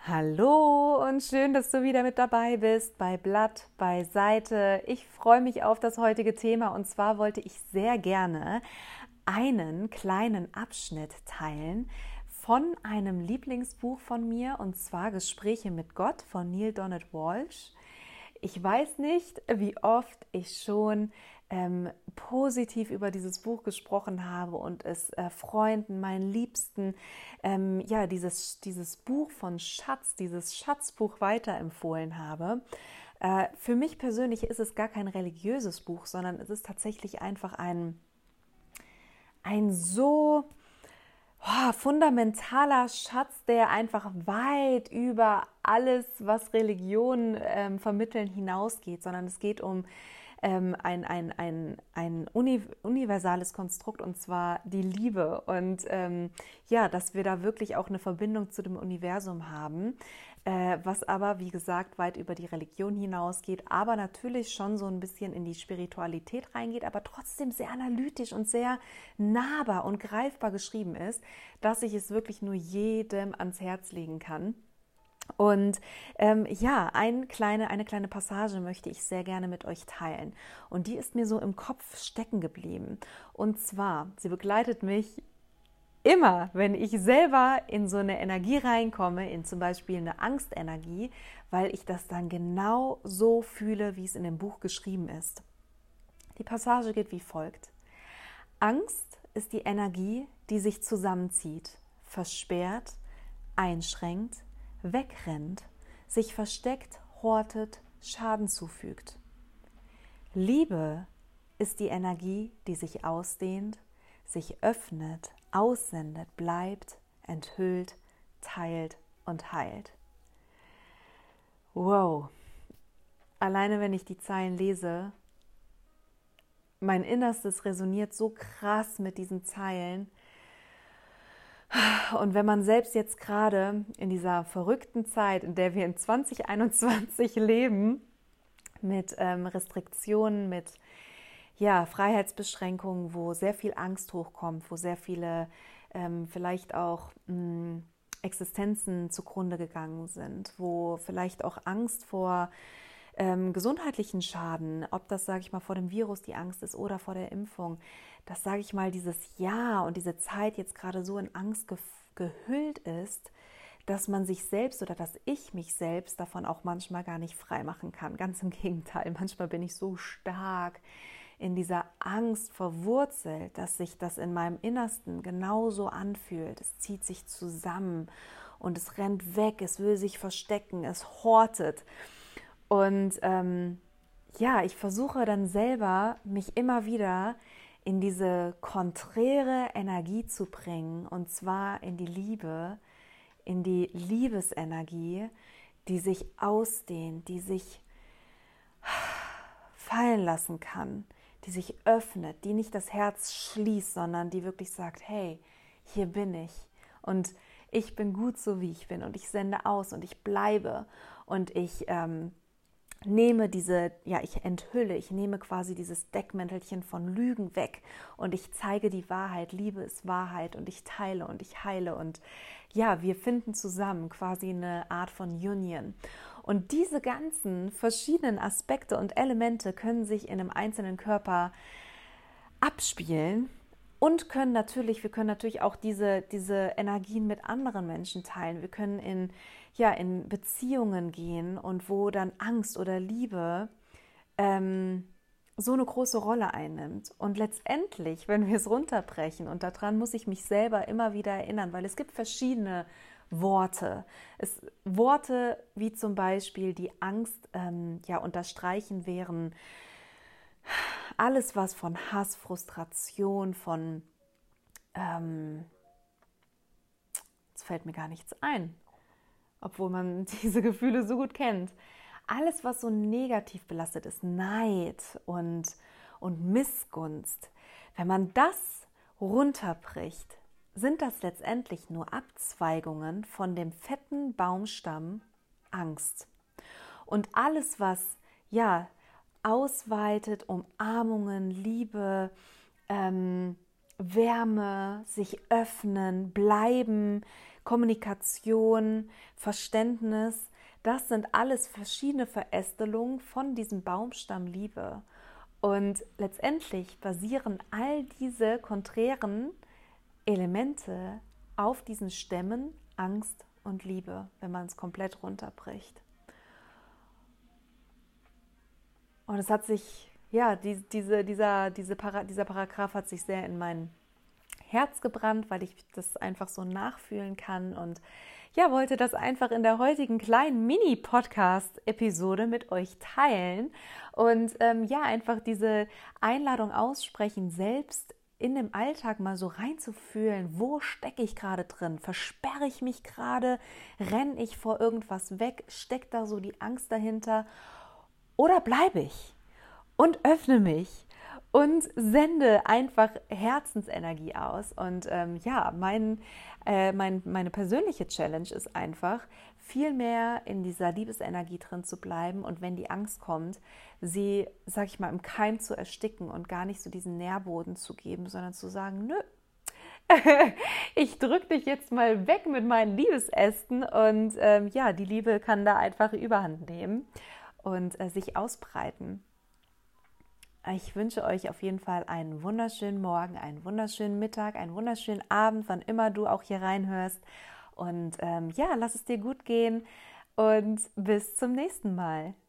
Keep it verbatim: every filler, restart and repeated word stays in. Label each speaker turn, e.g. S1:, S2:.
S1: Hallo und schön, dass du wieder mit dabei bist bei Blatt bei Seite. Ich freue mich auf das heutige Thema und zwar wollte ich sehr gerne einen kleinen Abschnitt teilen von einem Lieblingsbuch von mir und zwar Gespräche mit Gott von Neale Donald Walsch. Ich weiß nicht, wie oft ich schon ähm, positiv über dieses Buch gesprochen habe und es äh, Freunden, meinen Liebsten, ähm, ja, dieses, dieses Buch von Schatz, dieses Schatzbuch weiterempfohlen habe. Äh, für mich persönlich ist es gar kein religiöses Buch, sondern es ist tatsächlich einfach ein, ein so oh, fundamentaler Schatz, der einfach weit über alles, was Religion ähm, vermitteln, hinausgeht, sondern es geht um ähm, ein, ein, ein, ein uni universales Konstrukt und zwar die Liebe und ähm, ja, dass wir da wirklich auch eine Verbindung zu dem Universum haben, äh, was aber, wie gesagt, weit über die Religion hinausgeht, aber natürlich schon so ein bisschen in die Spiritualität reingeht, aber trotzdem sehr analytisch und sehr nahbar und greifbar geschrieben ist, dass ich es wirklich nur jedem ans Herz legen kann. Und ähm, ja, ein kleine, eine kleine Passage möchte ich sehr gerne mit euch teilen. Und die ist mir so im Kopf stecken geblieben. Und zwar, sie begleitet mich immer, wenn ich selber in so eine Energie reinkomme, in zum Beispiel eine Angstenergie, weil ich das dann genau so fühle, wie es in dem Buch geschrieben ist. Die Passage geht wie folgt. Angst ist die Energie, die sich zusammenzieht, versperrt, einschränkt, wegrennt, sich versteckt, hortet, Schaden zufügt. Liebe ist die Energie, die sich ausdehnt, sich öffnet, aussendet, bleibt, enthüllt, teilt und heilt. Wow! Alleine wenn ich die Zeilen lese, mein Innerstes resoniert so krass mit diesen Zeilen. Und wenn man selbst jetzt gerade in dieser verrückten Zeit, in der wir in zwanzig einundzwanzig leben, mit ähm, Restriktionen, mit ja, Freiheitsbeschränkungen, wo sehr viel Angst hochkommt, wo sehr viele ähm, vielleicht auch mh, Existenzen zugrunde gegangen sind, wo vielleicht auch Angst vor ähm, gesundheitlichen Schaden, ob das, sage ich mal, vor dem Virus die Angst ist oder vor der Impfung, dass, sage ich mal, dieses Jahr und diese Zeit jetzt gerade so in Angst ge gehüllt ist, dass man sich selbst oder dass ich mich selbst davon auch manchmal gar nicht frei machen kann. Ganz im Gegenteil, manchmal bin ich so stark in dieser Angst verwurzelt, dass sich das in meinem Innersten genauso anfühlt. Es zieht sich zusammen und es rennt weg, es will sich verstecken, es hortet. Und ähm, ja, ich versuche dann selber, mich immer wieder in diese konträre Energie zu bringen, und zwar in die Liebe, in die Liebesenergie, die sich ausdehnt, die sich fallen lassen kann, die sich öffnet, die nicht das Herz schließt, sondern die wirklich sagt, hey, hier bin ich und ich bin gut so, wie ich bin und ich sende aus und ich bleibe und ich ähm, nehme diese, ja, ich enthülle, ich nehme quasi dieses Deckmäntelchen von Lügen weg und ich zeige die Wahrheit. Liebe ist Wahrheit und ich teile und ich heile und ja, wir finden zusammen quasi eine Art von Union. Und diese ganzen verschiedenen Aspekte und Elemente können sich in einem einzelnen Körper abspielen und können natürlich, wir können natürlich auch diese, diese Energien mit anderen Menschen teilen. Wir können in, ja, in Beziehungen gehen und wo dann Angst oder Liebe ähm, so eine große Rolle einnimmt. Und letztendlich, wenn wir es runterbrechen, und daran muss ich mich selber immer wieder erinnern, weil es gibt verschiedene Worte. Es, Worte wie zum Beispiel die Angst ähm, ja, unterstreichen wären alles, was von Hass, Frustration, von ähm, jetzt fällt mir gar nichts ein, obwohl man diese Gefühle so gut kennt. Alles, was so negativ belastet ist, Neid und, und Missgunst, wenn man das runterbricht, sind das letztendlich nur Abzweigungen von dem fetten Baumstamm Angst. Und alles, was ja ausweitet, Umarmungen, Liebe, ähm, Wärme, sich öffnen, bleiben, Kommunikation, Verständnis. Das sind alles verschiedene Verästelungen von diesem Baumstamm Liebe. Und letztendlich basieren all diese konträren Elemente auf diesen Stämmen Angst und Liebe, wenn man es komplett runterbricht. Und es hat sich, ja, die, diese, dieser, diese Para, dieser Paragraph hat sich sehr in mein Herz gebrannt, weil ich das einfach so nachfühlen kann und ja, wollte das einfach in der heutigen kleinen Mini-Podcast-Episode mit euch teilen und ähm, ja, einfach diese Einladung aussprechen, selbst in dem Alltag mal so reinzufühlen, wo stecke ich gerade drin, versperre ich mich gerade, renne ich vor irgendwas weg, steckt da so die Angst dahinter oder bleibe ich und öffne mich und sende einfach Herzensenergie aus. Und ähm, ja, mein, äh, mein, meine persönliche Challenge ist einfach, viel mehr in dieser Liebesenergie drin zu bleiben und wenn die Angst kommt, sie, sag ich mal, im Keim zu ersticken und gar nicht so diesen Nährboden zu geben, sondern zu sagen, nö, ich drücke dich jetzt mal weg mit meinen Liebesästen und ähm, ja, die Liebe kann da einfach Überhand nehmen und äh, sich ausbreiten. Ich wünsche euch auf jeden Fall einen wunderschönen Morgen, einen wunderschönen Mittag, einen wunderschönen Abend, wann immer du auch hier reinhörst. Und ähm, ja, lass es dir gut gehen und bis zum nächsten Mal.